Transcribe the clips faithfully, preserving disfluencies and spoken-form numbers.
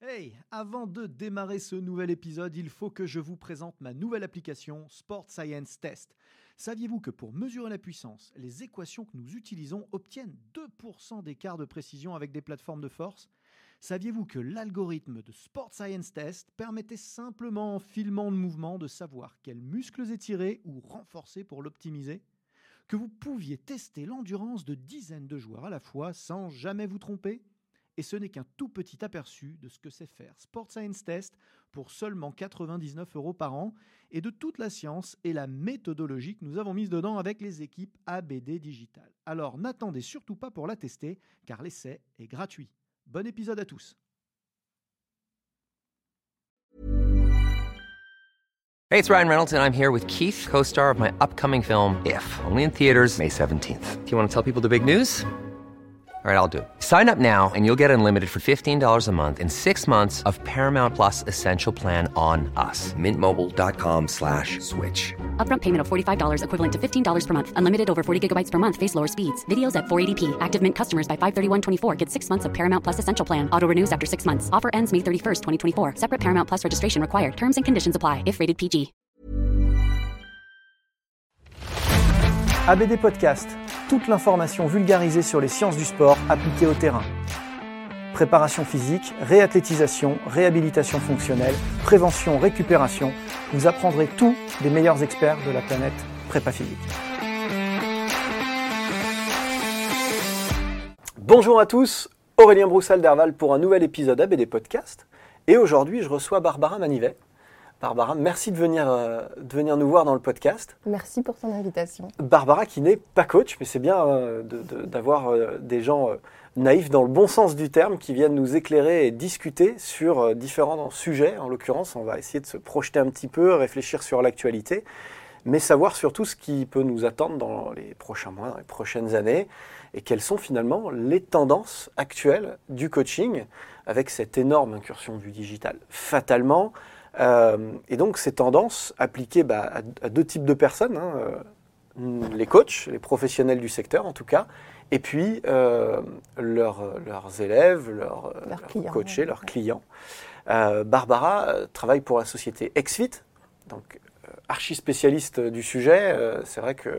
Hey, avant de démarrer ce nouvel épisode, il faut que je vous présente ma nouvelle application Sport Science Test. Saviez-vous que pour mesurer la puissance, les équations que nous utilisons obtiennent deux pour cent d'écart de précision avec des plateformes de force ? Saviez-vous que l'algorithme de Sport Science Test permettait simplement en filmant le mouvement de savoir quels muscles étirer ou renforcer pour l'optimiser ? Que vous pouviez tester l'endurance de dizaines de joueurs à la fois sans jamais vous tromper ? Et ce n'est qu'un tout petit aperçu de ce que c'est faire Sport Science Test pour seulement quatre-vingt-dix-neuf euros par an et de toute la science et la méthodologie que nous avons mise dedans avec les équipes A B D Digital. Alors n'attendez surtout pas pour la tester car l'essai est gratuit. Bon épisode à tous. Hey, it's Ryan Reynolds and I'm here with Keith, co-star of my upcoming film If, only in theaters May seventeenth. Do you want to tell people the big news? All right, I'll do it. Sign up now and you'll get unlimited for fifteen dollars a month and six months of Paramount Plus Essential Plan on us. Mint Mobile dot com slash switch. Upfront payment of forty-five dollars equivalent to fifteen dollars per month. Unlimited over forty gigabytes per month. Face lower speeds. Videos at four eighty p. Active Mint customers by five thirty-one twenty-four get six months of Paramount Plus Essential Plan. Auto renews after six months. Offer ends May thirty-first, twenty twenty-four. Separate Paramount Plus registration required. Terms and conditions apply if rated P G. A B D Podcast, toute l'information vulgarisée sur les sciences du sport appliquées au terrain. Préparation physique, réathlétisation, réhabilitation fonctionnelle, prévention, récupération. Vous apprendrez tout des meilleurs experts de la planète prépa physique. Bonjour à tous, Aurélien Broussal-Derval pour un nouvel épisode A B D Podcast. Et aujourd'hui, je reçois Barbara Manivet. Barbara, merci de venir, euh, de venir nous voir dans le podcast. Merci pour ton invitation. Barbara qui n'est pas coach, mais c'est bien euh, de, de, d'avoir euh, des gens euh, naïfs dans le bon sens du terme qui viennent nous éclairer et discuter sur euh, différents sujets. En l'occurrence, on va essayer de se projeter un petit peu, réfléchir sur l'actualité, mais savoir surtout ce qui peut nous attendre dans les prochains mois, dans les prochaines années, et quelles sont finalement les tendances actuelles du coaching avec cette énorme incursion du digital, fatalement. Euh, et donc ces tendances appliquées bah, à, à deux types de personnes, hein, euh, les coachs, les professionnels du secteur en tout cas, et puis euh, leurs, leurs élèves, leurs, leurs, leurs clients, coachés, ouais. leurs clients. Euh, Barbara euh, travaille pour la société XFIT, donc euh, archi spécialiste du sujet. Euh, c'est vrai que euh,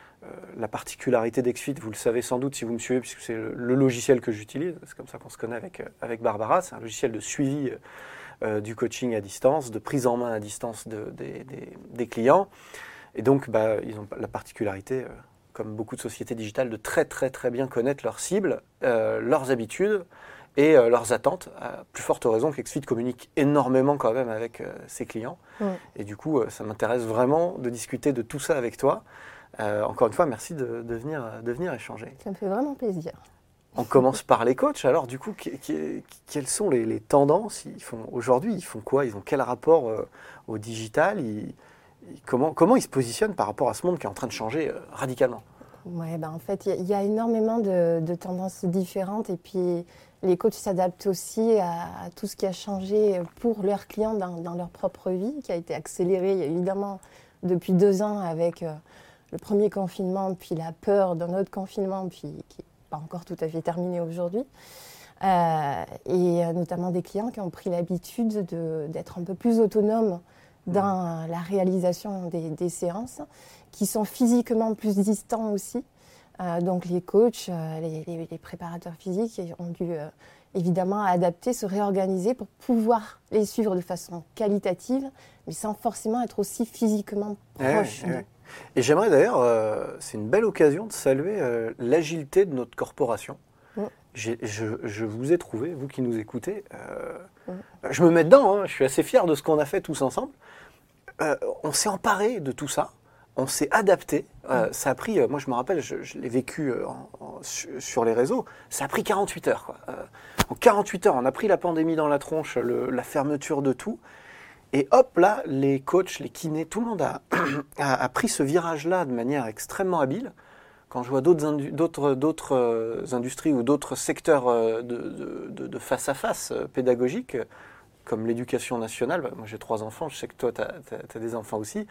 la particularité d'XFIT, vous le savez sans doute si vous me suivez, puisque c'est le, le logiciel que j'utilise, c'est comme ça qu'on se connaît avec, avec Barbara, c'est un logiciel de suivi euh, Euh, du coaching à distance, de prise en main à distance de, de, de, des clients. Et donc, bah, ils ont la particularité, euh, comme beaucoup de sociétés digitales, de très très très bien connaître leurs cibles, euh, leurs habitudes et euh, leurs attentes. À plus forte raison qu'XFIT communique énormément quand même avec euh, ses clients. Mmh. Et du coup, euh, ça m'intéresse vraiment de discuter de tout ça avec toi. Euh, encore une fois, merci de, de, venir, de venir échanger. Ça me fait vraiment plaisir. On commence par les coachs. Alors, du coup, qui, qui, quelles sont les, les tendances ils font, aujourd'hui, ils font quoi? Ils ont quel rapport euh, au digital? ils, ils, comment, comment ils se positionnent par rapport à ce monde qui est en train de changer euh, radicalement? Ouais, ben en fait, il y, y a énormément de, de tendances différentes. Et puis, les coachs s'adaptent aussi à, à tout ce qui a changé pour leurs clients dans, dans leur propre vie, qui a été accéléré évidemment depuis deux ans avec euh, le premier confinement, puis la peur d'un autre confinement, puis qui pas encore tout à fait terminé aujourd'hui, euh, et notamment des clients qui ont pris l'habitude de, d'être un peu plus autonomes dans la réalisation des, des séances, qui sont physiquement plus distants aussi. Euh, donc les coachs, euh, les, les, les préparateurs physiques ont dû euh, évidemment adapter, se réorganiser pour pouvoir les suivre de façon qualitative, mais sans forcément être aussi physiquement proches. Ouais, ouais. Et j'aimerais d'ailleurs, euh, c'est une belle occasion de saluer euh, l'agilité de notre corporation. Mmh. J'ai, je, je vous ai trouvé, vous qui nous écoutez, euh, mmh. je me mets dedans, hein, je suis assez fier de ce qu'on a fait tous ensemble. Euh, on s'est emparé de tout ça, on s'est adapté. Euh, mmh. Ça a pris, euh, moi je me rappelle, je, je l'ai vécu euh, en, en, sur les réseaux, ça a pris quarante-huit heures. Quoi. Euh, en quarante-huit heures, on a pris la pandémie dans la tronche, le, la fermeture de tout. Et hop, là, les coachs, les kinés, tout le monde a, a, a pris ce virage-là de manière extrêmement habile. Quand je vois d'autres, indu- d'autres, d'autres euh, industries ou d'autres secteurs euh, de, de, de face-à-face euh, pédagogiques, comme l'éducation nationale, bah, moi j'ai trois enfants, je sais que toi tu as des enfants aussi,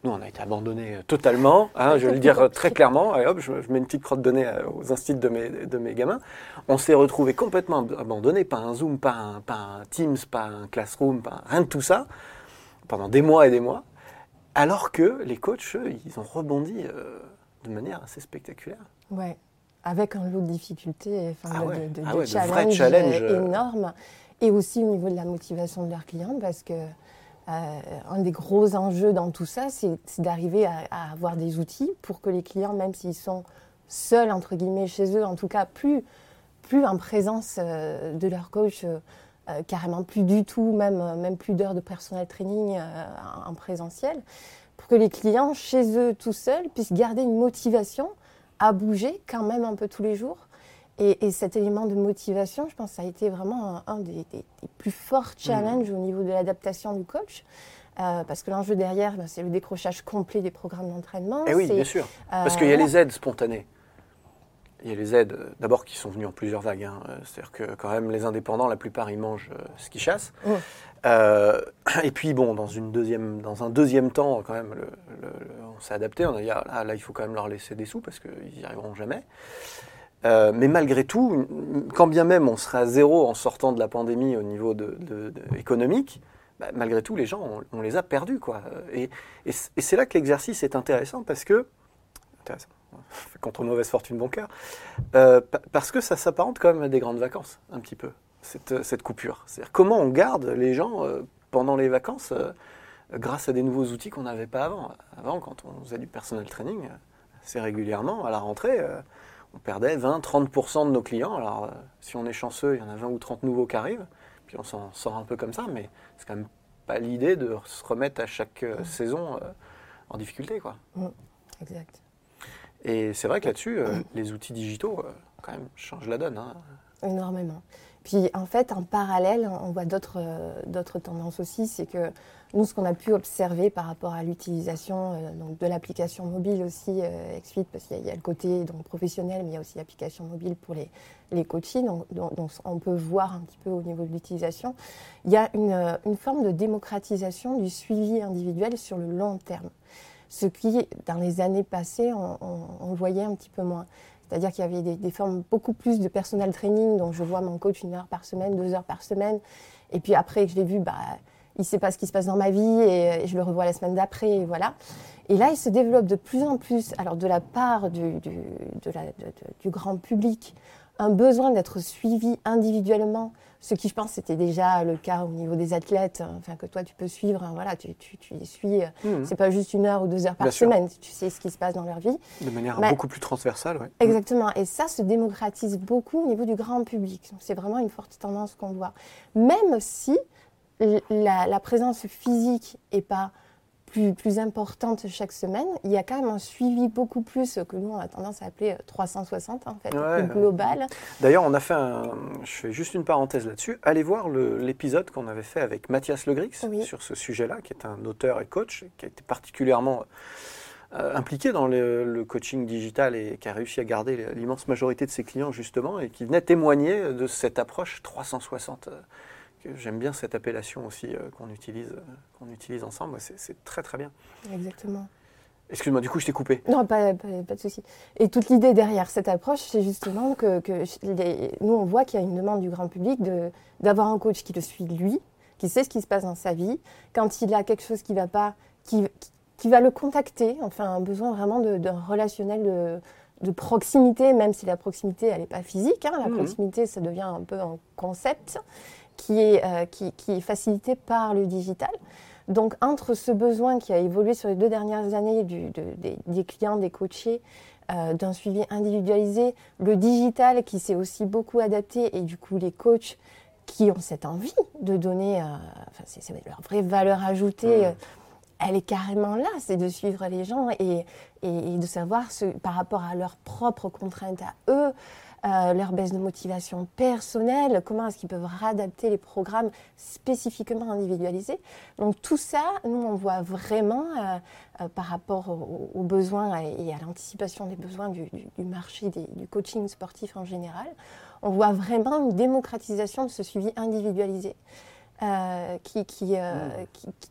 Nous, on a été abandonnés totalement, hein, je vais le dire très clairement. Et hop, je, je mets une petite crotte de nez aux instituts de mes, de mes gamins. On s'est retrouvés complètement abandonnés, pas un Zoom, pas un, pas un Teams, pas un Classroom, pas, rien de tout ça, pendant des mois et des mois. Alors que les coachs, eux, ils ont rebondi euh, de manière assez spectaculaire. Ouais, avec un lot de difficultés, enfin, ah de, ouais. de, de, ah de ouais, challenges de challenge, euh, énormes. Et aussi au niveau de la motivation de leurs clients, parce que euh, un des gros enjeux dans tout ça, c'est, c'est d'arriver à, à avoir des outils pour que les clients, même s'ils sont seuls, entre guillemets, chez eux, en tout cas plus, plus en présence euh, de leur coach, euh, euh, carrément plus du tout, même, même plus d'heures de personal training euh, en présentiel, pour que les clients, chez eux, tout seuls, puissent garder une motivation à bouger quand même un peu tous les jours. Et, et cet élément de motivation, je pense que ça a été vraiment un, un des, des, des plus forts challenges mmh. au niveau de l'adaptation du coach. Euh, parce que l'enjeu derrière, ben, c'est le décrochage complet des programmes d'entraînement. Et oui, c'est, bien sûr. Euh, parce qu'il y a les aides spontanées. Il y a les aides, d'abord, qui sont venues en plusieurs vagues. Hein. C'est-à-dire que quand même, les indépendants, la plupart, ils mangent euh, ce qu'ils chassent. Mmh. Euh, et puis, bon, dans, une deuxième, dans un deuxième temps, quand même, le, le, le, on s'est adapté. On a dit, ah, là, là, il faut quand même leur laisser des sous parce qu'ils n'y arriveront jamais. Euh, mais malgré tout, quand bien même on serait à zéro en sortant de la pandémie au niveau de, de, de, économique, bah, malgré tout, les gens, on, on les a perdus, quoi. Et, et, et c'est là que l'exercice est intéressant parce que, intéressant, contre mauvaise fortune, bon cœur, euh, parce que ça s'apparente quand même à des grandes vacances, un petit peu, cette, cette coupure. C'est-à-dire comment on garde les gens euh, pendant les vacances euh, grâce à des nouveaux outils qu'on n'avait pas avant. Avant, quand on faisait du personal training, assez régulièrement, à la rentrée, euh, on perdait vingt à trente pour cent de nos clients. Alors, euh, si on est chanceux, il y en a vingt ou trente nouveaux qui arrivent. Puis on s'en sort un peu comme ça, mais c'est quand même pas l'idée de se remettre à chaque euh, mmh. saison euh, en difficulté, quoi. Mmh. Exact. Et c'est vrai que là-dessus, euh, mmh. les outils digitaux, euh, quand même, changent la donne. Hein. Énormément. Puis, en fait, en parallèle, on voit d'autres, euh, d'autres tendances aussi. C'est que nous, ce qu'on a pu observer par rapport à l'utilisation euh, donc de l'application mobile aussi, euh, XFIT, parce qu'il y a, il y a le côté donc, professionnel, mais il y a aussi l'application mobile pour les, les coachings. Donc, donc, donc, on peut voir un petit peu au niveau de l'utilisation. Il y a une, une forme de démocratisation du suivi individuel sur le long terme. Ce qui, dans les années passées, on, on, on le voyait un petit peu moins. C'est-à-dire qu'il y avait des, des formes beaucoup plus de personal training, donc je vois mon coach une heure par semaine, deux heures par semaine, et puis après que je l'ai vu, bah, il ne sait pas ce qui se passe dans ma vie, et, et je le revois la semaine d'après, et voilà. Et là, il se développe de plus en plus, alors de la part du, du, de la, de, de, du grand public, un besoin d'être suivi individuellement, ce qui, je pense, c'était déjà le cas au niveau des athlètes, hein, enfin, que toi, tu peux suivre, hein, voilà, tu, tu, tu les suis, mmh. c'est pas juste une heure ou deux heures par Bien semaine, sûr. Tu sais ce qui se passe dans leur vie. De manière Mais, beaucoup plus transversale, oui. Exactement, et ça se démocratise beaucoup au niveau du grand public. Donc, c'est vraiment une forte tendance qu'on voit. Même si la, la présence physique n'est pas Plus, plus importante chaque semaine, il y a quand même un suivi beaucoup plus que nous on a tendance à appeler trois cent soixante en fait, ouais, plus global. D'ailleurs, on a fait un, je fais juste une parenthèse là-dessus, allez voir le, l'épisode qu'on avait fait avec Mathias Legrix oui. sur ce sujet-là, qui est un auteur et coach, qui a été particulièrement euh, impliqué dans le, le coaching digital et qui a réussi à garder l'immense majorité de ses clients justement, et qui venait témoigner de cette approche trois cent soixante. J'aime bien cette appellation aussi euh, qu'on utilise, euh, qu'on utilise ensemble. C'est, c'est très très bien. Exactement. Excuse-moi, du coup je t'ai coupé. Non, pas, pas, pas de souci. Et toute l'idée derrière cette approche, c'est justement que, que les, nous on voit qu'il y a une demande du grand public de, d'avoir un coach qui le suit lui, qui sait ce qui se passe dans sa vie. Quand il a quelque chose qui ne va pas, qui, qui, qui va le contacter, enfin un besoin vraiment de, d'un relationnel de, de proximité, même si la proximité elle n'est pas physique. Hein, la mmh. proximité ça devient un peu un concept. Qui est, euh, qui, qui est facilité par le digital. Donc, entre ce besoin qui a évolué sur les deux dernières années du, de, des, des clients, des coachés, euh, d'un suivi individualisé, le digital qui s'est aussi beaucoup adapté et du coup, les coachs qui ont cette envie de donner, euh, enfin, c'est, c'est leur vraie valeur ajoutée, mmh. euh, elle est carrément là, c'est de suivre les gens et, et, et de savoir ce, par rapport à leurs propres contraintes à eux, Euh, leur baisse de motivation personnelle, comment est-ce qu'ils peuvent réadapter les programmes spécifiquement individualisés. Donc tout ça, nous on voit vraiment euh, euh, par rapport aux, aux besoins et à l'anticipation des besoins du, du, du marché des, du coaching sportif en général, on voit vraiment une démocratisation de ce suivi individualisé euh, qui, qui, euh, mmh. qui, qui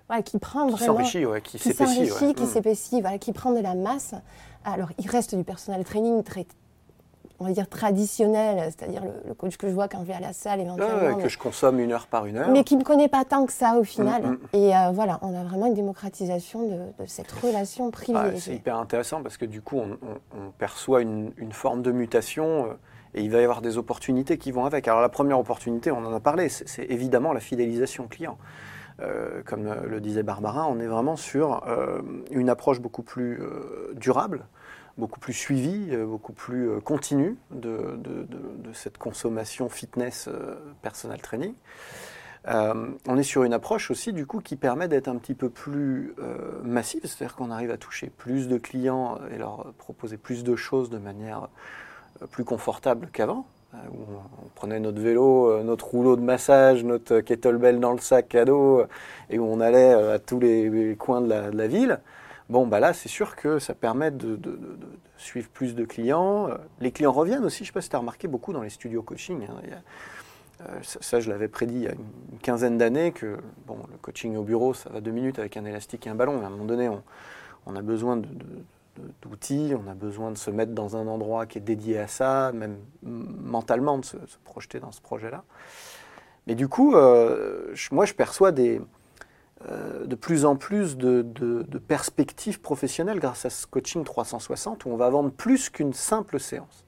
voilà, qui prend qui vraiment... s'enrichit, ouais, qui, qui s'épaissit. s'enrichit, Ouais. qui Mmh. s'épaissit, voilà, qui prend de la masse. Alors, il reste du personal training très, on va dire, traditionnel, c'est-à-dire le, le coach que je vois quand je vais à la salle éventuellement. Ouais, ouais, mais, que je consomme une heure par une heure. mais qui ne me connaît pas tant que ça au final. Mmh, mmh. Et euh, voilà, on a vraiment une démocratisation de, de cette relation Ah, privilégiée. c'est hyper intéressant parce que du coup, on, on, on perçoit une, une forme de mutation euh, et il va y avoir des opportunités qui vont avec. Alors la première opportunité, on en a parlé, c'est, c'est évidemment la fidélisation client. Euh, comme euh, le disait Barbara, on est vraiment sur euh, une approche beaucoup plus euh, durable, beaucoup plus suivie, euh, beaucoup plus euh, continue de, de, de, de cette consommation fitness euh, personal training. Euh, on est sur une approche aussi du coup qui permet d'être un petit peu plus euh, massive, c'est-à-dire qu'on arrive à toucher plus de clients et leur proposer plus de choses de manière euh, plus confortable qu'avant. Où on prenait notre vélo, notre rouleau de massage, notre kettlebell dans le sac à dos et où on allait à tous les coins de la, de la ville. Bon, bah là, c'est sûr que ça permet de, de, de, de suivre plus de clients. Les clients reviennent aussi, je ne sais pas si tu as remarqué beaucoup dans les studios coaching. Hein, il y a, euh, ça, ça, je l'avais prédit il y a une quinzaine d'années que bon, le coaching au bureau, ça va deux minutes avec un élastique et un ballon. Mais à un moment donné, on, on a besoin de... de d'outils, on a besoin de se mettre dans un endroit qui est dédié à ça, même mentalement de se, se projeter dans ce projet-là. Mais du coup, euh, je, moi je perçois des, euh, de plus en plus de, de, de perspectives professionnelles grâce à ce coaching trois cent soixante où on va vendre plus qu'une simple séance.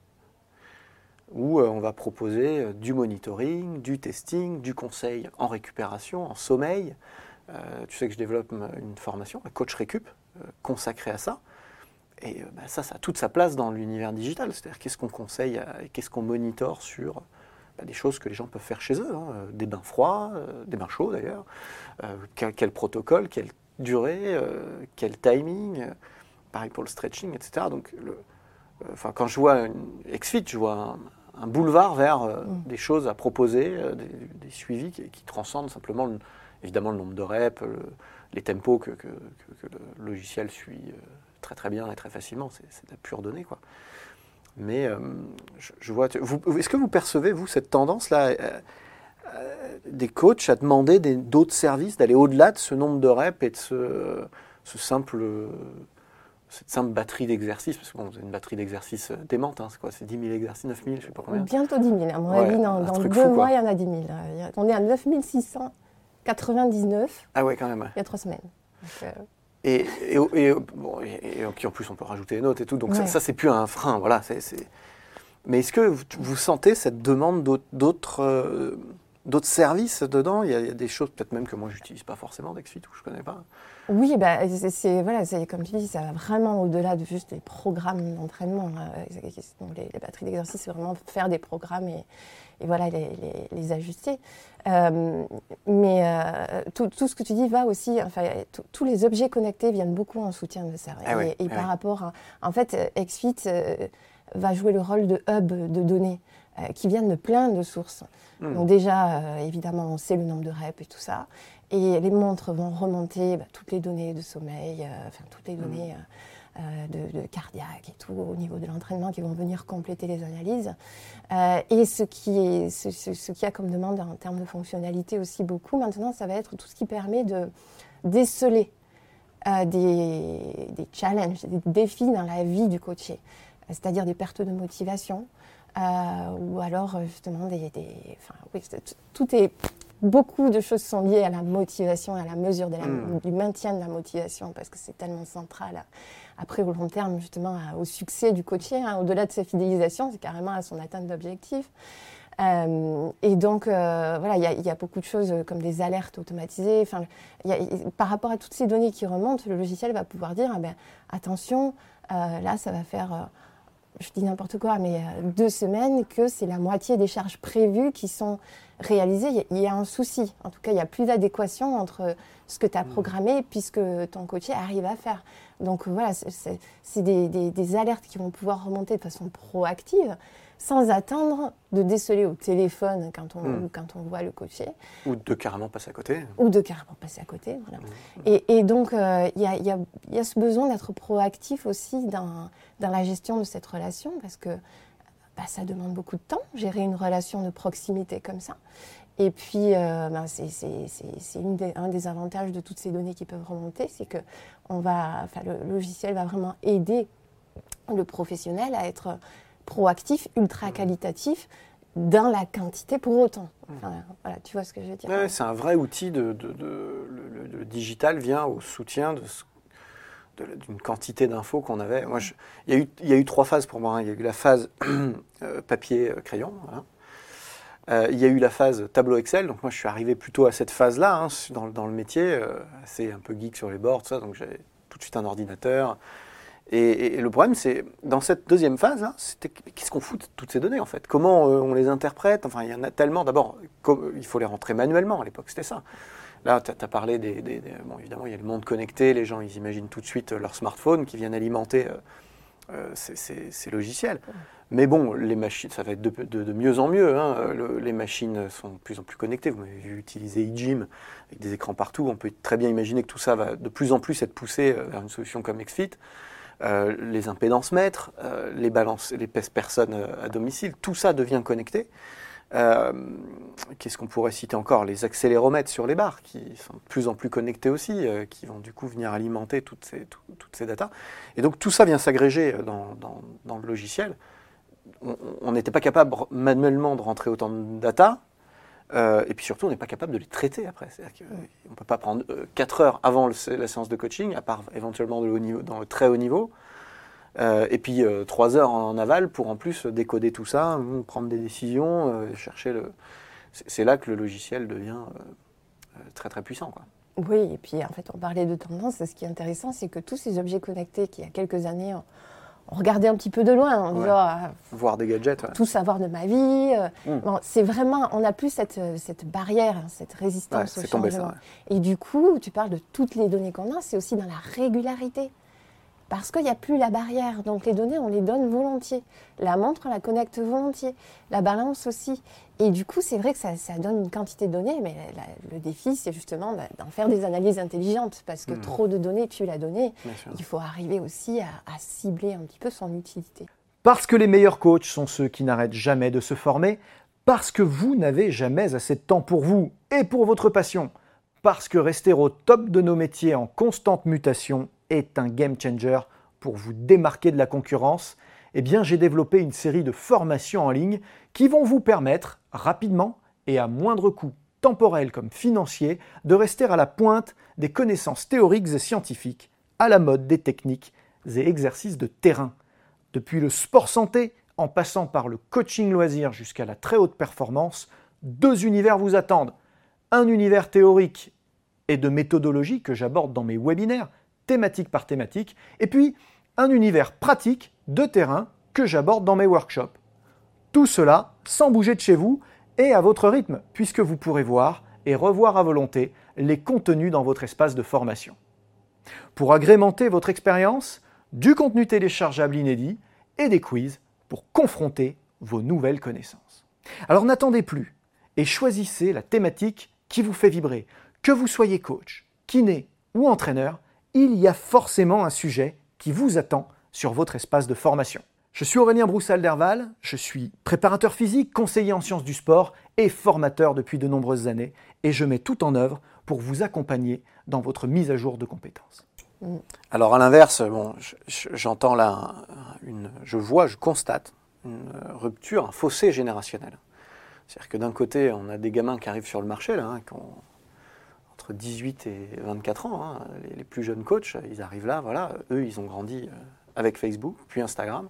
Où euh, on va proposer euh, du monitoring, du testing, du conseil en récupération, en sommeil. Euh, tu sais que je développe une formation, un coach récup, euh, consacrée à ça. Et ben ça, ça a toute sa place dans l'univers digital. C'est-à-dire qu'est-ce qu'on conseille et qu'est-ce qu'on monitore sur ben, des choses que les gens peuvent faire chez eux. Hein. Des bains froids, euh, des bains chauds d'ailleurs. Euh, quel, quel protocole, quelle durée, euh, quel timing. Euh, pareil pour le stretching, et cetera. Donc, le, euh, enfin, quand je vois une X-Fit, je vois un, un boulevard vers euh, mmh. des choses à proposer, euh, des, des suivis qui, qui transcendent simplement, le, évidemment, le nombre de reps, le, les tempos que, que, que, que le logiciel suit. Euh, très très bien et très facilement, c'est, c'est de la pure donnée, quoi. Mais euh, je, je vois, vous, est-ce que vous percevez, vous, cette tendance-là, euh, euh, des coachs à demander des, d'autres services, d'aller au-delà de ce nombre de reps et de ce, ce simple, cette simple batterie d'exercices, parce que bon, vous avez une batterie d'exercices démente, hein, c'est quoi, c'est dix mille exercices, neuf mille, je sais pas combien. Bientôt dix mille, à mon ouais, avis, dans, dans deux fou, mois, il y en a dix mille. On est à neuf mille six cent quatre-vingt-dix-neuf. Ah ouais, quand même. Ouais. Il y a trois semaines. Donc, euh... Et, et, et, bon, et, et en plus, on peut rajouter les notes et tout. Donc, ouais. ça, ça, c'est plus un frein. Voilà, c'est, c'est... Mais est-ce que vous, vous sentez cette demande d'autres, d'autres, euh, d'autres services dedans ? il y, a, il y a des choses, peut-être même que moi, je n'utilise pas forcément d'X-Fit ou je ne connais pas. Oui, bah, c'est, c'est, voilà, c'est, comme tu dis, ça va vraiment au-delà de juste les programmes d'entraînement. Donc, les, les batteries d'exercice, c'est vraiment faire des programmes et, et voilà, les, les, les ajuster. Euh, mais euh, tout, tout ce que tu dis va aussi, enfin, tous les objets connectés viennent beaucoup en soutien de ça. Ah et oui, et ah par oui. rapport à, en fait, X-Fit euh, va jouer le rôle de hub de données euh, qui viennent de plein de sources. Mmh. Donc déjà, euh, évidemment, on sait le nombre de reps et tout ça. Et les montres vont remonter bah, toutes les données de sommeil, euh, enfin toutes les données euh, de, de cardiaque et tout au niveau de l'entraînement qui vont venir compléter les analyses. Euh, et ce qui, est, ce, ce, ce qui a comme demande en termes de fonctionnalité aussi beaucoup maintenant, ça va être tout ce qui permet de déceler euh, des, des challenges, des défis dans la vie du coaché, c'est-à-dire des pertes de motivation euh, ou alors justement des... des enfin, oui, tout est... Beaucoup de choses sont liées à la motivation, à la mesure de la, mmh. du maintien de la motivation, parce que c'est tellement central, à, après au long terme, justement, à, au succès du coaché, hein, au-delà de sa fidélisation, c'est carrément à son atteinte d'objectifs. Euh, et donc, euh, voilà, il y, y a beaucoup de choses comme des alertes automatisées. Enfin, y a, par rapport à toutes ces données qui remontent, le logiciel va pouvoir dire, ah ben, attention, euh, là, ça va faire... Euh, je dis n'importe quoi, mais euh, deux semaines que c'est la moitié des charges prévues qui sont réalisées. Il y, y a un souci. En tout cas, il n'y a plus d'adéquation entre ce que tu as programmé et puis ce que ton coaché arrive à faire. Donc voilà, c'est, c'est, c'est des, des, des alertes qui vont pouvoir remonter de façon proactive sans attendre de déceler au téléphone quand on, mmh. quand on voit le coaché. Ou de carrément passer à côté. Ou de carrément passer à côté, voilà. Mmh. Et, et donc, il euh, y, a, y, a, y a ce besoin d'être proactif aussi dans, dans la gestion de cette relation, parce que bah, ça demande beaucoup de temps, gérer une relation de proximité comme ça. Et puis, euh, ben c'est, c'est, c'est, c'est une des, un des avantages de toutes ces données qui peuvent remonter, c'est que on va, enfin, le logiciel va vraiment aider le professionnel à être proactif, ultra qualitatif, dans la quantité pour autant. Enfin, voilà, tu vois ce que je veux dire. Ouais, c'est un vrai outil. De, de, de, le, le, le digital vient au soutien de, de, d'une quantité d'infos qu'on avait. Moi, je, il, y a eu, il y a eu trois phases pour moi. Hein. Il y a eu la phase euh, papier-crayon. Hein. Euh, il y a eu la phase tableau Excel. Donc moi, je suis arrivé plutôt à cette phase-là hein, dans, dans le métier. Euh, assez un peu geek sur les bords, tout ça. Donc j'avais tout de suite un ordinateur. Et, et, et le problème, c'est, dans cette deuxième phase, hein, c'était qu'est-ce qu'on fout de toutes ces données, en fait ? Comment euh, on les interprète ? Enfin, il y en a tellement. D'abord, comme, il faut les rentrer manuellement. À l'époque, c'était ça. Là, tu as parlé des, des, des... Bon, évidemment, il y a le monde connecté. Les gens, ils imaginent tout de suite leur smartphone qui viennent alimenter euh, euh, ces, ces, ces logiciels. Mais bon, les machines, ça va être de, de, de mieux en mieux. Hein. Le, les machines sont de plus en plus connectées. Vous m'avez vu utiliser eGym avec des écrans partout. On peut très bien imaginer que tout ça va de plus en plus être poussé vers une solution comme XFIT. Euh, les impédances mètres, euh, les balances, les personnes à domicile, tout ça devient connecté. Euh, qu'est-ce qu'on pourrait citer encore ? Les accéléromètres sur les barres, qui sont de plus en plus connectés aussi, euh, qui vont du coup venir alimenter toutes ces, tout, toutes ces datas. Et donc tout ça vient s'agréger dans, dans, dans le logiciel. On n'était pas capable manuellement de rentrer autant de data. Euh, et puis surtout, on n'est pas capable de les traiter après. C'est-à-dire qu'on ne peut pas prendre euh, quatre heures avant le, la séance de coaching, à part éventuellement de le haut niveau, dans le très haut niveau, euh, et puis euh, trois heures en aval pour en plus décoder tout ça, prendre des décisions, euh, chercher le... C'est, c'est là que le logiciel devient euh, très très puissant, quoi. Oui, et puis en fait, on parlait de tendance. Ce qui est intéressant, c'est que tous ces objets connectés qui, il y a quelques années, on, on regardait un petit peu de loin, en ouais. disant ah, voir des gadgets, ouais. Tout savoir de ma vie. Euh, mm. bon, c'est vraiment, on n'a plus cette, cette barrière, cette résistance ouais, au changement. Ça, ouais. Et du coup, tu parles de toutes les données qu'on a, c'est aussi dans la régularité. Parce qu'il n'y a plus la barrière. Donc les données, on les donne volontiers. La montre, on la connecte volontiers. La balance aussi. Et du coup, c'est vrai que ça, ça donne une quantité de données, mais la, le défi, c'est justement d'en faire des analyses intelligentes. Parce que mmh. trop de données tue la donnée. Il faut arriver aussi à, à cibler un petit peu son utilité. Parce que les meilleurs coachs sont ceux qui n'arrêtent jamais de se former. Parce que vous n'avez jamais assez de temps pour vous et pour votre passion. Parce que rester au top de nos métiers en constante mutation est un game changer pour vous démarquer de la concurrence, eh bien j'ai développé une série de formations en ligne qui vont vous permettre rapidement et à moindre coût temporel comme financier de rester à la pointe des connaissances théoriques et scientifiques, à la mode des techniques et exercices de terrain. Depuis le sport santé, en passant par le coaching loisir jusqu'à la très haute performance, deux univers vous attendent. Un univers théorique et de méthodologie que j'aborde dans mes webinaires, thématique par thématique, et puis un univers pratique de terrain que j'aborde dans mes workshops. Tout cela sans bouger de chez vous et à votre rythme, puisque vous pourrez voir et revoir à volonté les contenus dans votre espace de formation. Pour agrémenter votre expérience, du contenu téléchargeable inédit et des quiz pour confronter vos nouvelles connaissances. Alors n'attendez plus et choisissez la thématique qui vous fait vibrer. Que vous soyez coach, kiné ou entraîneur, il y a forcément un sujet qui vous attend sur votre espace de formation. Je suis Aurélien Broussal-Derval, je suis préparateur physique, conseiller en sciences du sport et formateur depuis de nombreuses années et je mets tout en œuvre pour vous accompagner dans votre mise à jour de compétences. Alors à l'inverse, bon, j'entends là, une, je vois, je constate une rupture, un fossé générationnel. C'est-à-dire que d'un côté, on a des gamins qui arrivent sur le marché, là, hein, qui ont entre dix-huit et vingt-quatre ans, hein, les, les plus jeunes coachs, ils arrivent là, voilà, eux, ils ont grandi avec Facebook, puis Instagram.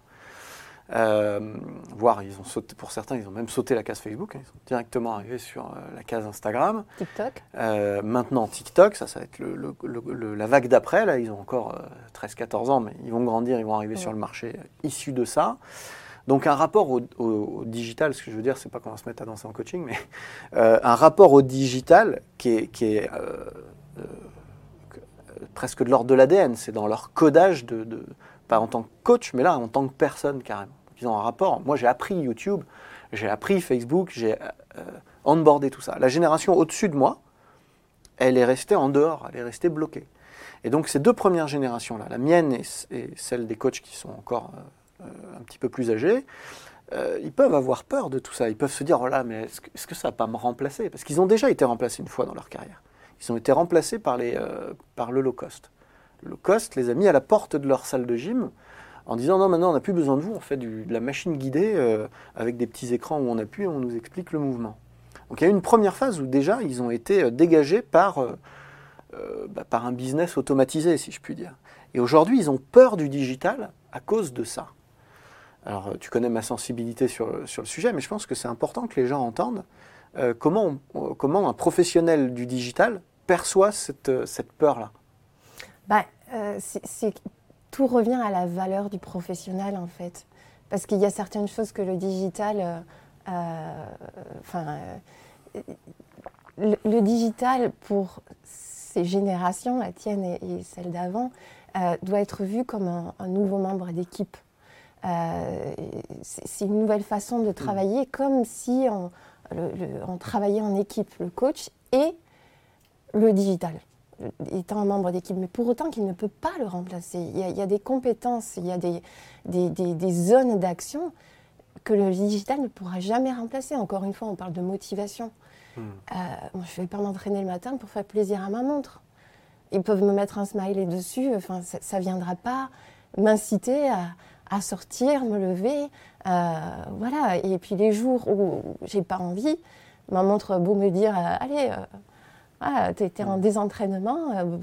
Euh, voire, ils ont sauté, pour certains, ils ont même sauté la case Facebook, hein, ils sont directement arrivés sur euh, la case Instagram. TikTok. Euh, maintenant, TikTok, ça, ça va être le, le, le, le, la vague d'après, là, ils ont encore euh, treize quatorze ans, mais ils vont grandir, ils vont arriver ouais. sur le marché euh, issu de ça. Donc un rapport au, au, au digital, ce que je veux dire, c'est pas qu'on va se mettre à danser en coaching, mais euh, un rapport au digital qui est, qui est euh, euh, presque de l'ordre de l'A D N, c'est dans leur codage, de, de, pas en tant que coach, mais là en tant que personne carrément. Ils ont un rapport, moi j'ai appris YouTube, j'ai appris Facebook, j'ai euh, onboardé tout ça. La génération au-dessus de moi, elle est restée en dehors, elle est restée bloquée. Et donc ces deux premières générations-là, la mienne et, et celle des coachs qui sont encore... Euh, un petit peu plus âgés, euh, ils peuvent avoir peur de tout ça. Ils peuvent se dire, oh là, mais est-ce que, est-ce que ça va pas me remplacer? Parce qu'ils ont déjà été remplacés une fois dans leur carrière. Ils ont été remplacés par, les, euh, par le low cost. Le low cost les a mis à la porte de leur salle de gym en disant, non, maintenant on n'a plus besoin de vous, on fait du, de la machine guidée euh, avec des petits écrans où on appuie et on nous explique le mouvement. Donc il y a eu une première phase où déjà ils ont été dégagés par, euh, euh, bah, par un business automatisé, si je puis dire. Et aujourd'hui, ils ont peur du digital à cause de ça. Alors, tu connais ma sensibilité sur, sur le sujet, mais je pense que c'est important que les gens entendent euh, comment, on, comment un professionnel du digital perçoit cette, cette peur-là. Bah, euh, c'est, c'est, tout revient à la valeur du professionnel, en fait. Parce qu'il y a certaines choses que le digital... Euh, euh, enfin, euh, le, le digital, pour ces générations, la tienne et, et celle d'avant, euh, doit être vu comme un, un nouveau membre d'équipe. Euh, c'est, c'est une nouvelle façon de travailler, mmh. comme si on, le, le, on travaillait en équipe, le coach et le digital, étant un membre d'équipe. Mais pour autant qu'il ne peut pas le remplacer. Il y a, il y a des compétences, il y a des, des, des, des zones d'action que le digital ne pourra jamais remplacer. Encore une fois, on parle de motivation. Mmh. Euh, moi, je ne vais pas m'entraîner le matin pour faire plaisir à ma montre. Ils peuvent me mettre un smiley dessus, enfin, ça ne viendra pas m'inciter à... à sortir, me lever, euh, voilà. Et puis les jours où j'ai pas envie, ma montre a beau me dire euh, allez, euh, voilà, t'es, t'es en désentraînement, euh,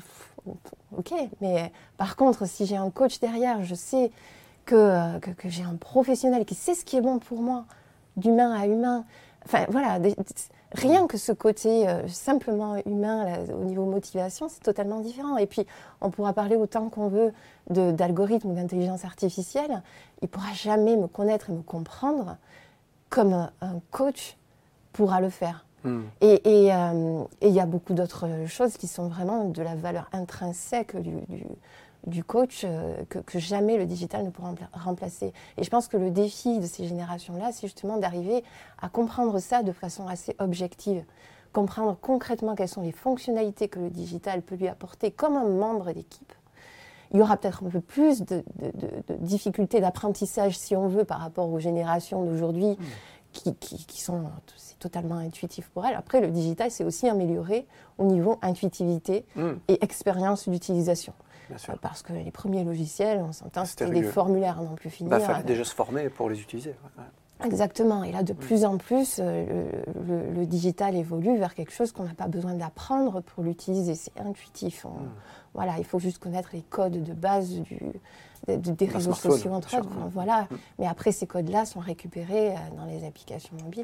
ok. Mais par contre, si j'ai un coach derrière, je sais que, euh, que, que j'ai un professionnel qui sait ce qui est bon pour moi, d'humain à humain. Enfin voilà, des, des, rien que ce côté euh, simplement humain là, au niveau motivation, c'est totalement différent. Et puis, on pourra parler autant qu'on veut de, d'algorithmes ou d'intelligence artificielle, il ne pourra jamais me connaître et me comprendre comme un, un coach pourra le faire. Mmh. Et il euh, y a beaucoup d'autres choses qui sont vraiment de la valeur intrinsèque du, du, du coach euh, que, que jamais le digital ne pourra remplacer. Et je pense que le défi de ces générations-là, c'est justement d'arriver à comprendre ça de façon assez objective, comprendre concrètement quelles sont les fonctionnalités que le digital peut lui apporter comme un membre d'équipe. Il y aura peut-être un peu plus de, de, de, de difficultés d'apprentissage, si on veut, par rapport aux générations d'aujourd'hui, mmh. qui, qui, qui sont c'est totalement intuitif pour elles. Après, le digital s'est aussi amélioré au niveau intuitivité mmh. et expérience d'utilisation. Euh, parce que les premiers logiciels, on s'entend, c'était, c'était des formulaires à n'en plus finir. Il bah, fallait déjà se former pour les utiliser. Ouais. Exactement. Et là, de mmh. plus en plus, euh, le, le, le digital évolue vers quelque chose qu'on n'a pas besoin d'apprendre pour l'utiliser. C'est intuitif. On, mmh. Voilà, il faut juste connaître les codes de base du, de, de, des réseaux sociaux, entre autres. Enfin, voilà. Mmh. Mais après, ces codes-là sont récupérés euh, dans les applications mobiles.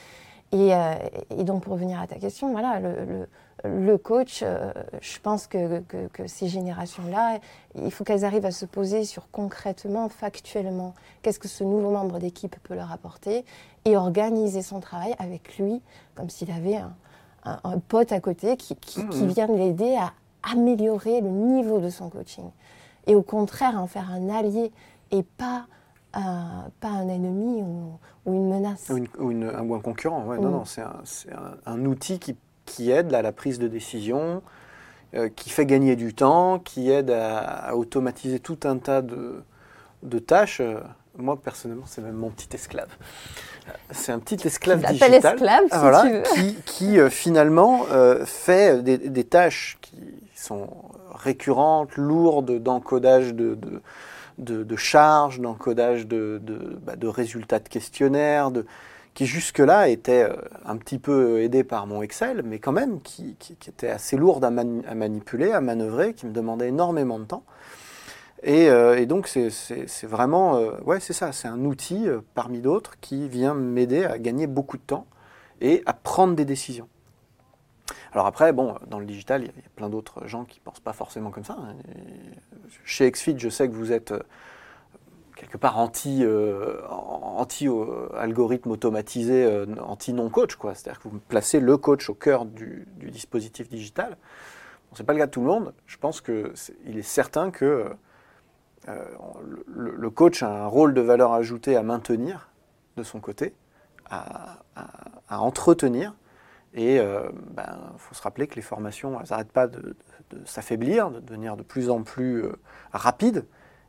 Et, euh, et donc, pour revenir à ta question, voilà, le, le, le coach, euh, je pense que, que, que ces générations-là, il faut qu'elles arrivent à se poser sur concrètement, factuellement, qu'est-ce que ce nouveau membre d'équipe peut leur apporter et organiser son travail avec lui, comme s'il avait un, un, un pote à côté qui, qui, mmh. qui vient de l'aider à améliorer le niveau de son coaching. Et au contraire, en faire un allié et pas... Euh, pas un ennemi ou, ou une menace. Ou, une, ou, une, un, ou un concurrent, ouais. mmh. Non, non, c'est un, c'est un, un outil qui, qui aide à la prise de décision, euh, qui fait gagner du temps, qui aide à, à automatiser tout un tas de, de tâches. Euh, moi, personnellement, c'est même mon petit esclave. C'est un petit esclave tu digital. esclave, si voilà, tu veux. Qui, qui euh, finalement, euh, fait des, des tâches qui sont récurrentes, lourdes d'encodage de... de De, de charges, d'encodage de, de, bah, de résultats de questionnaires, de, qui jusque-là étaient euh, un petit peu aidés par mon Excel, mais quand même qui, qui, qui étaient assez lourdes à, mani- à manipuler, à manœuvrer, qui me demandaient énormément de temps. Et, euh, et donc c'est, c'est, c'est vraiment, euh, ouais c'est ça, c'est un outil euh, parmi d'autres qui vient m'aider à gagner beaucoup de temps et à prendre des décisions. Alors après, bon, dans le digital, il y a plein d'autres gens qui ne pensent pas forcément comme ça. Chez XFIT, je sais que vous êtes quelque part anti, euh, anti-algorithme automatisé, euh, anti-non-coach, quoi. C'est-à-dire que vous placez le coach au cœur du, du dispositif digital. Bon, ce n'est pas le cas de tout le monde. Je pense qu'il est certain que euh, le, le coach a un rôle de valeur ajoutée à maintenir de son côté, à, à, à entretenir. Et il euh, ben, faut se rappeler que les formations, elles n'arrêtent pas de, de, de s'affaiblir, de devenir de plus en plus euh, rapides.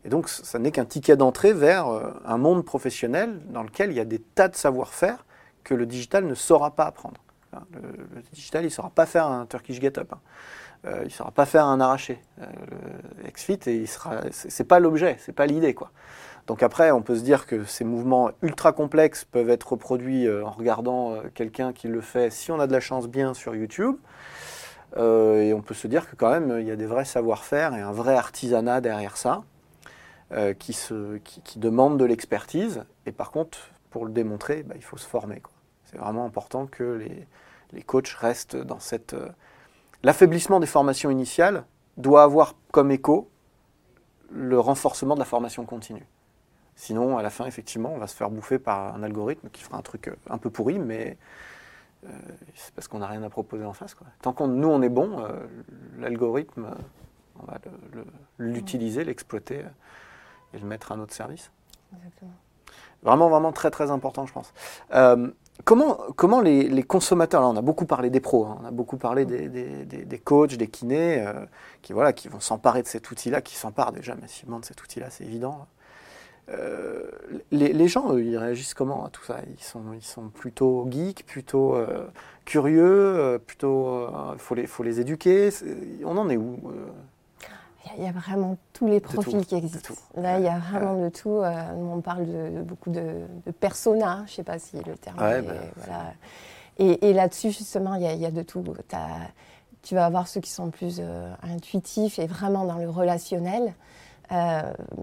Et donc, ça n'est qu'un ticket d'entrée vers euh, un monde professionnel dans lequel il y a des tas de savoir-faire que le digital ne saura pas apprendre. Le, le digital, il ne saura pas faire un Turkish get-up. Hein. Euh, il ne saura pas faire un arraché. Euh, le X-Fit, ce n'est pas l'objet, ce n'est pas l'idée, quoi. Donc après, on peut se dire que ces mouvements ultra complexes peuvent être reproduits euh, en regardant euh, quelqu'un qui le fait, si on a de la chance, bien sur YouTube. Euh, et on peut se dire que quand même, il y a des vrais savoir-faire et un vrai artisanat derrière ça euh, qui, se, qui, qui demande de l'expertise. Et par contre, pour le démontrer, bah, il faut se former, quoi. C'est vraiment important que les, les coachs restent dans cette... Euh, l'affaiblissement des formations initiales doit avoir comme écho le renforcement de la formation continue. Sinon, à la fin, effectivement, on va se faire bouffer par un algorithme qui fera un truc un peu pourri, mais euh, c'est parce qu'on n'a rien à proposer en face, quoi. Tant qu'on nous, on est bon, euh, l'algorithme, on va le, le, l'utiliser, l'exploiter euh, et le mettre à notre service. Exactement. Vraiment, vraiment très, très important, je pense. Euh, comment comment les, les consommateurs, là, on a beaucoup parlé des pros, hein, on a beaucoup parlé des, des, des, des coachs, des kinés, euh, qui, voilà, qui vont s'emparer de cet outil-là, qui s'emparent déjà massivement de cet outil-là, c'est évident. Euh, les, les gens, eux, ils réagissent comment à tout ça? Ils sont, ils sont plutôt geeks, plutôt euh, curieux, euh, plutôt... Il euh, faut, les, faut les éduquer. On en est où? Il y a vraiment tous les profils qui existent. Là, il y a vraiment de tout. Euh, on parle de, de beaucoup de, de personas, je ne sais pas si le terme ouais, est... Bah, voilà. Et, et là-dessus, justement, il y a, il y a de tout. T'as, tu vas avoir ceux qui sont plus euh, intuitifs et vraiment dans le relationnel. Euh,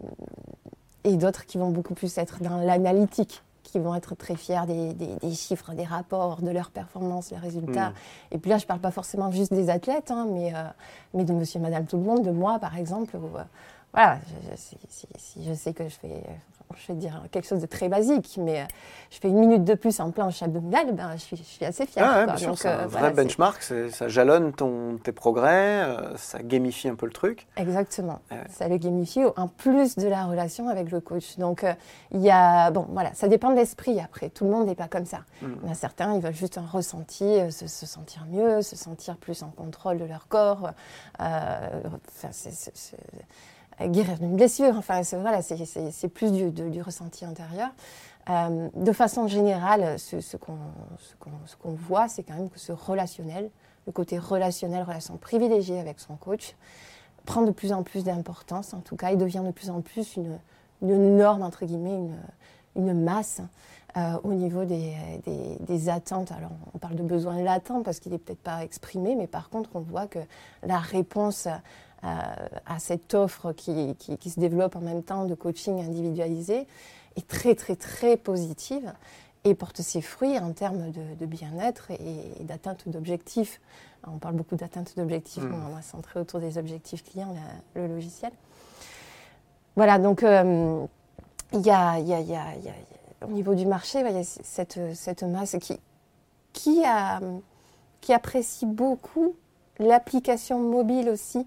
et d'autres qui vont beaucoup plus être dans l'analytique, qui vont être très fiers des, des, des chiffres, des rapports, de leurs performances, des résultats. Mmh. Et puis là, je ne parle pas forcément juste des athlètes, hein, mais, euh, mais de monsieur et madame tout le monde, de moi, par exemple. Où, euh, voilà, je, je, si, si, si je sais que je fais, je vais dire quelque chose de très basique, mais euh, je fais une minute de plus en planche abdominale, ben, je, suis, je suis assez fière. Ah ouais, quoi. bien sûr, donc, c'est un euh, vrai voilà, benchmark, c'est... ça jalonne ton, tes progrès, euh, ça gamifie un peu le truc. Exactement, ouais. Ça le gamifie en plus de la relation avec le coach. Donc, il euh, y a, bon, voilà, ça dépend de l'esprit après, tout le monde n'est pas comme ça. Mm. Il y en a certains, ils veulent juste un ressenti, se, se sentir mieux, se sentir plus en contrôle de leur corps, euh, enfin, c'est... c'est, c'est guérir d'une blessure, enfin, c'est, voilà, c'est, c'est, c'est plus du, de, du ressenti intérieur. Euh, de façon générale, ce, ce, qu'on, ce, qu'on, ce qu'on voit, c'est quand même que ce relationnel, le côté relationnel, relation privilégiée avec son coach, prend de plus en plus d'importance, en tout cas, il devient de plus en plus une, une norme, entre guillemets, une, une masse euh, au niveau des, des, des attentes. Alors, on parle de besoin latent parce qu'il n'est peut-être pas exprimé, mais par contre, on voit que la réponse Euh, à cette offre qui, qui, qui se développe en même temps de coaching individualisé est très, très, très positive et porte ses fruits en termes de, de bien-être et, et d'atteinte d'objectifs. On parle beaucoup d'atteinte d'objectifs, mmh. on va centrer autour des objectifs clients la, le logiciel. Voilà, donc euh, y a, y a, y a, y a, au niveau du marché, il y a cette, cette masse qui, qui, a, qui apprécie beaucoup l'application mobile aussi,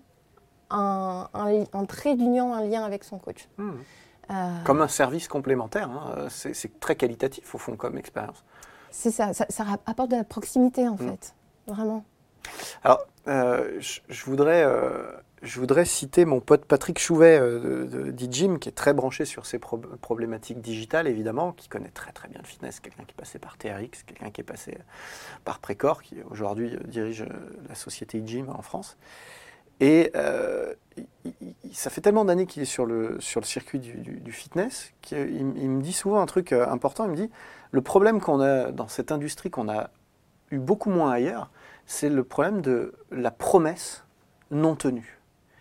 Un, un, un trait d'union, un lien avec son coach. Mmh. Euh, comme un service complémentaire, hein. c'est, c'est très qualitatif au fond comme expérience. C'est ça, ça, ça apporte de la proximité en mmh. fait, vraiment. Alors, euh, je, je, voudrais, euh, je voudrais citer mon pote Patrick Chouvet euh, de, de, d'E-Gym, qui est très branché sur ces pro- problématiques digitales, évidemment, qui connaît très très bien le fitness, quelqu'un qui est passé par T R X, quelqu'un qui est passé par Précor, qui aujourd'hui euh, dirige euh, la société E-Gym en France. Et euh, il, il, ça fait tellement d'années qu'il est sur le, sur le circuit du, du, du fitness qu'il il me dit souvent un truc important. Il me dit, le problème qu'on a dans cette industrie, qu'on a eu beaucoup moins ailleurs, c'est le problème de la promesse non tenue.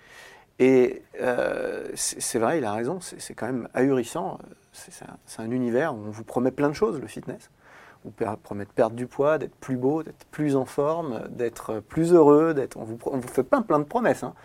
Et euh, c'est, c'est vrai, il a raison, c'est, c'est quand même ahurissant. C'est, c'est, un, c'est un univers où on vous promet plein de choses, le fitness. On vous promet de perdre du poids, d'être plus beau, d'être plus en forme, d'être plus heureux, d'être... On, vous, on vous fait plein, plein de promesses. Hein.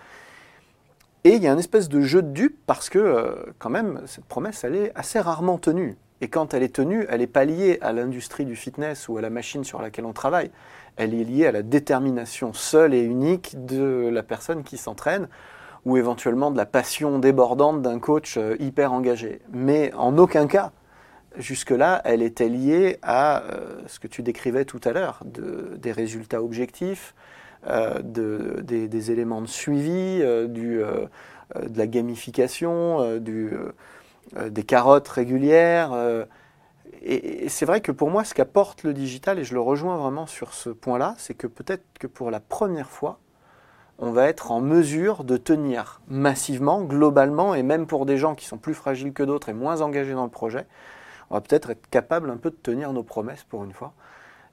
Et il y a une espèce de jeu de dupes parce que, euh, quand même, cette promesse, elle est assez rarement tenue. Et quand elle est tenue, elle n'est pas liée à l'industrie du fitness ou à la machine sur laquelle on travaille. Elle est liée à la détermination seule et unique de la personne qui s'entraîne ou éventuellement de la passion débordante d'un coach hyper engagé. Mais en aucun cas, jusque-là, elle était liée à euh, ce que tu décrivais tout à l'heure, de, des résultats objectifs, euh, de, des, des éléments de suivi, euh, du, euh, euh, de la gamification, euh, du, euh, des carottes régulières. Euh, et, et c'est vrai que pour moi, ce qu'apporte le digital, et je le rejoins vraiment sur ce point-là, c'est que peut-être que pour la première fois, on va être en mesure de tenir massivement, globalement, et même pour des gens qui sont plus fragiles que d'autres et moins engagés dans le projet, on va peut-être être capable un peu de tenir nos promesses pour une fois.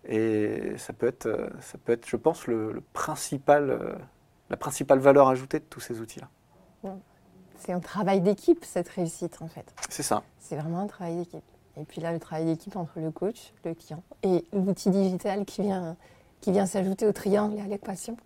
Et ça peut être, ça peut être je pense, le, le principal, la principale valeur ajoutée de tous ces outils-là. C'est un travail d'équipe, cette réussite, en fait. C'est ça. C'est vraiment un travail d'équipe. Et puis là, le travail d'équipe entre le coach, le client et l'outil digital qui vient, qui vient s'ajouter au triangle et à l'équation.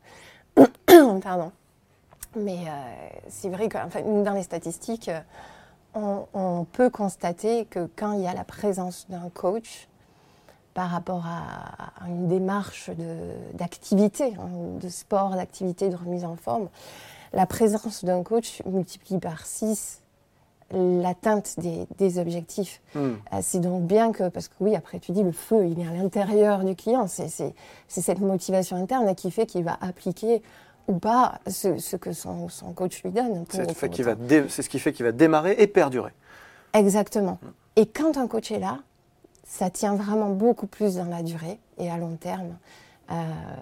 Pardon. Mais euh, c'est vrai que enfin, dans les statistiques, on, on peut constater que quand il y a la présence d'un coach par rapport à, à une démarche de, d'activité, hein, de sport, d'activité, de remise en forme, la présence d'un coach multiplie par six l'atteinte des, des objectifs. Mmh. Euh, c'est donc bien que, parce que oui, après tu dis le feu, il est à l'intérieur du client, c'est, c'est, c'est cette motivation interne qui fait qu'il va appliquer ou pas ce, ce que son, son coach lui donne. Pour, c'est, pour fait qu'il va dé, c'est ce qui fait qu'il va démarrer et perdurer. Exactement. Mmh. Et quand un coach est là, ça tient vraiment beaucoup plus dans la durée et à long terme. Euh,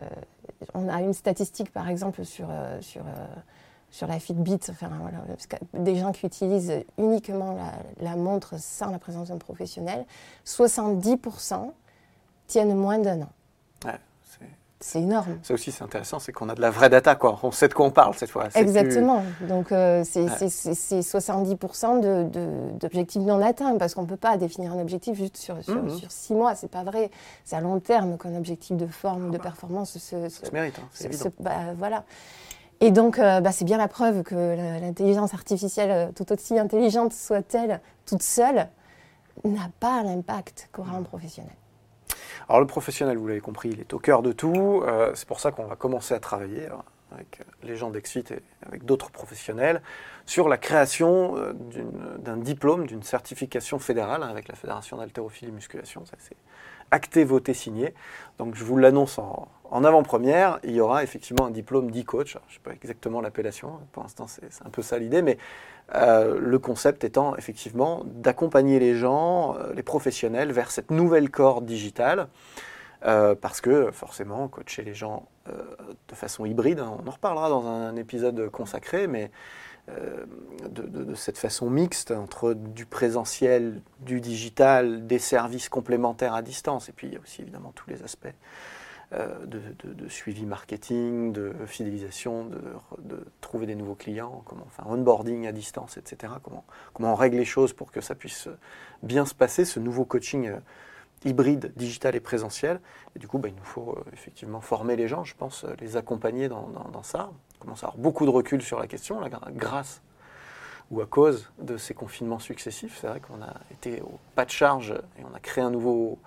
on a une statistique, par exemple, sur... Euh, sur euh, sur la Fitbit, enfin, voilà, des gens qui utilisent uniquement la, la montre sans la présence d'un professionnel, soixante-dix pour cent tiennent moins d'un an. Ouais, c'est... c'est énorme. Ça aussi, c'est intéressant, c'est qu'on a de la vraie data, quoi. On sait de quoi on parle cette fois. C'est Exactement. plus... Donc, euh, c'est, ouais. c'est, c'est, c'est soixante-dix pour cent de, de, d'objectifs non atteints, parce qu'on ne peut pas définir un objectif juste sur, sur, mmh. sur six mois, c'est pas vrai. C'est à long terme qu'un objectif de forme ou de performance se, se, ça se mérite, hein, c'est se, évident. Se, bah, voilà. Et donc, euh, bah, c'est bien la preuve que la, l'intelligence artificielle, tout aussi intelligente soit-elle, toute seule, n'a pas l'impact qu'aura un professionnel. Alors le professionnel, vous l'avez compris, il est au cœur de tout. Euh, c'est pour ça qu'on va commencer à travailler alors, avec les gens d'Exfit et avec d'autres professionnels sur la création euh, d'une, d'un diplôme, d'une certification fédérale hein, avec la Fédération d'haltérophilie musculation. Ça, c'est acté, voté, signé. Donc je vous l'annonce en, en avant-première, il y aura effectivement un diplôme d'e-coach. Alors, je ne sais pas exactement l'appellation, pour l'instant c'est, c'est un peu ça l'idée, mais euh, le concept étant effectivement d'accompagner les gens, euh, les professionnels, vers cette nouvelle corde digitale, euh, parce que forcément, coacher les gens euh, de façon hybride, hein, on en reparlera dans un épisode consacré, mais euh, de, de, de cette façon mixte entre du présentiel, du digital, des services complémentaires à distance, et puis il y a aussi évidemment tous les aspects euh, de, de, de suivi marketing, de fidélisation, de, de trouver des nouveaux clients, comment faire un onboarding à distance, et cetera. Comment, comment on règle les choses pour que ça puisse bien se passer, ce nouveau coaching euh, hybride, digital et présentiel. Et du coup, bah, il nous faut euh, effectivement former les gens, je pense, euh, les accompagner dans, dans, dans ça. On commence à avoir beaucoup de recul sur la question, là, grâce ou à cause de ces confinements successifs. C'est vrai qu'on a été au pas de charge et on a créé un nouveau,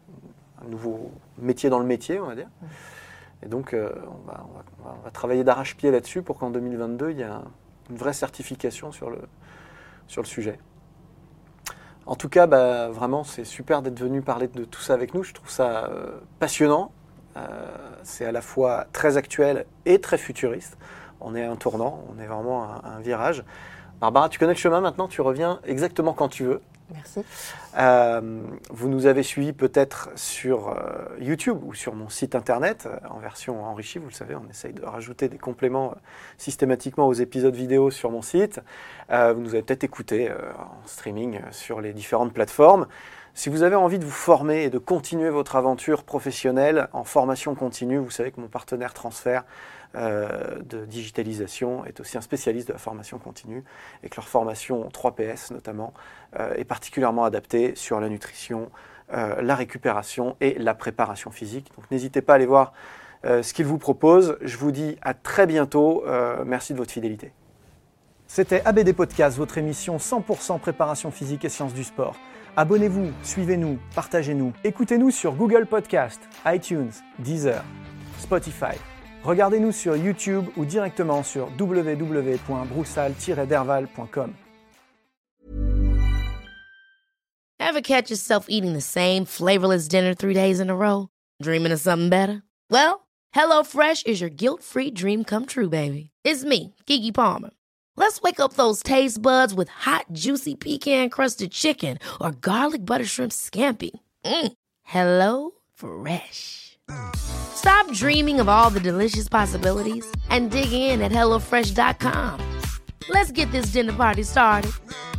un nouveau métier dans le métier, on va dire. Et donc, euh, on, va, on, va, on va travailler d'arrache-pied là-dessus pour qu'en deux mille vingt-deux, il y ait un, une vraie certification sur le, sur le sujet. En tout cas, bah, vraiment, c'est super d'être venu parler de tout ça avec nous. Je trouve ça euh, passionnant. Euh, c'est à la fois très actuel et très futuriste. On est à un tournant, on est vraiment à un, à un virage. Barbara, tu connais le chemin maintenant, tu reviens exactement quand tu veux. Merci. Euh, vous nous avez suivis peut-être sur euh, YouTube ou sur mon site internet euh, en version enrichie. Vous le savez, on essaye de rajouter des compléments euh, systématiquement aux épisodes vidéo sur mon site. Euh, vous nous avez peut-être écouté euh, en streaming euh, sur les différentes plateformes. Si vous avez envie de vous former et de continuer votre aventure professionnelle en formation continue, vous savez que mon partenaire Transfert euh, de digitalisation est aussi un spécialiste de la formation continue et que leur formation trois P S notamment euh, est particulièrement adaptée sur la nutrition, euh, la récupération et la préparation physique. Donc n'hésitez pas à aller voir euh, ce qu'ils vous proposent. Je vous dis à très bientôt. Euh, merci de votre fidélité. C'était A B D Podcast, votre émission cent pour cent préparation physique et sciences du sport. Abonnez-vous, suivez-nous, partagez-nous. Écoutez-nous sur Google Podcast, iTunes, Deezer, Spotify. Regardez-nous sur YouTube ou directement sur w w w point broussal tiret derval point com. Ever catch yourself eating the same flavorless dinner three days in a row? Dreaming of something better? Well, HelloFresh is your guilt-free dream come true, baby. It's me, Keke Palmer. Let's wake up those taste buds with hot, juicy pecan-crusted chicken or garlic butter shrimp scampi. Mm. Hello Fresh. Stop dreaming of all the delicious possibilities and dig in at hello fresh dot com. Let's get this dinner party started.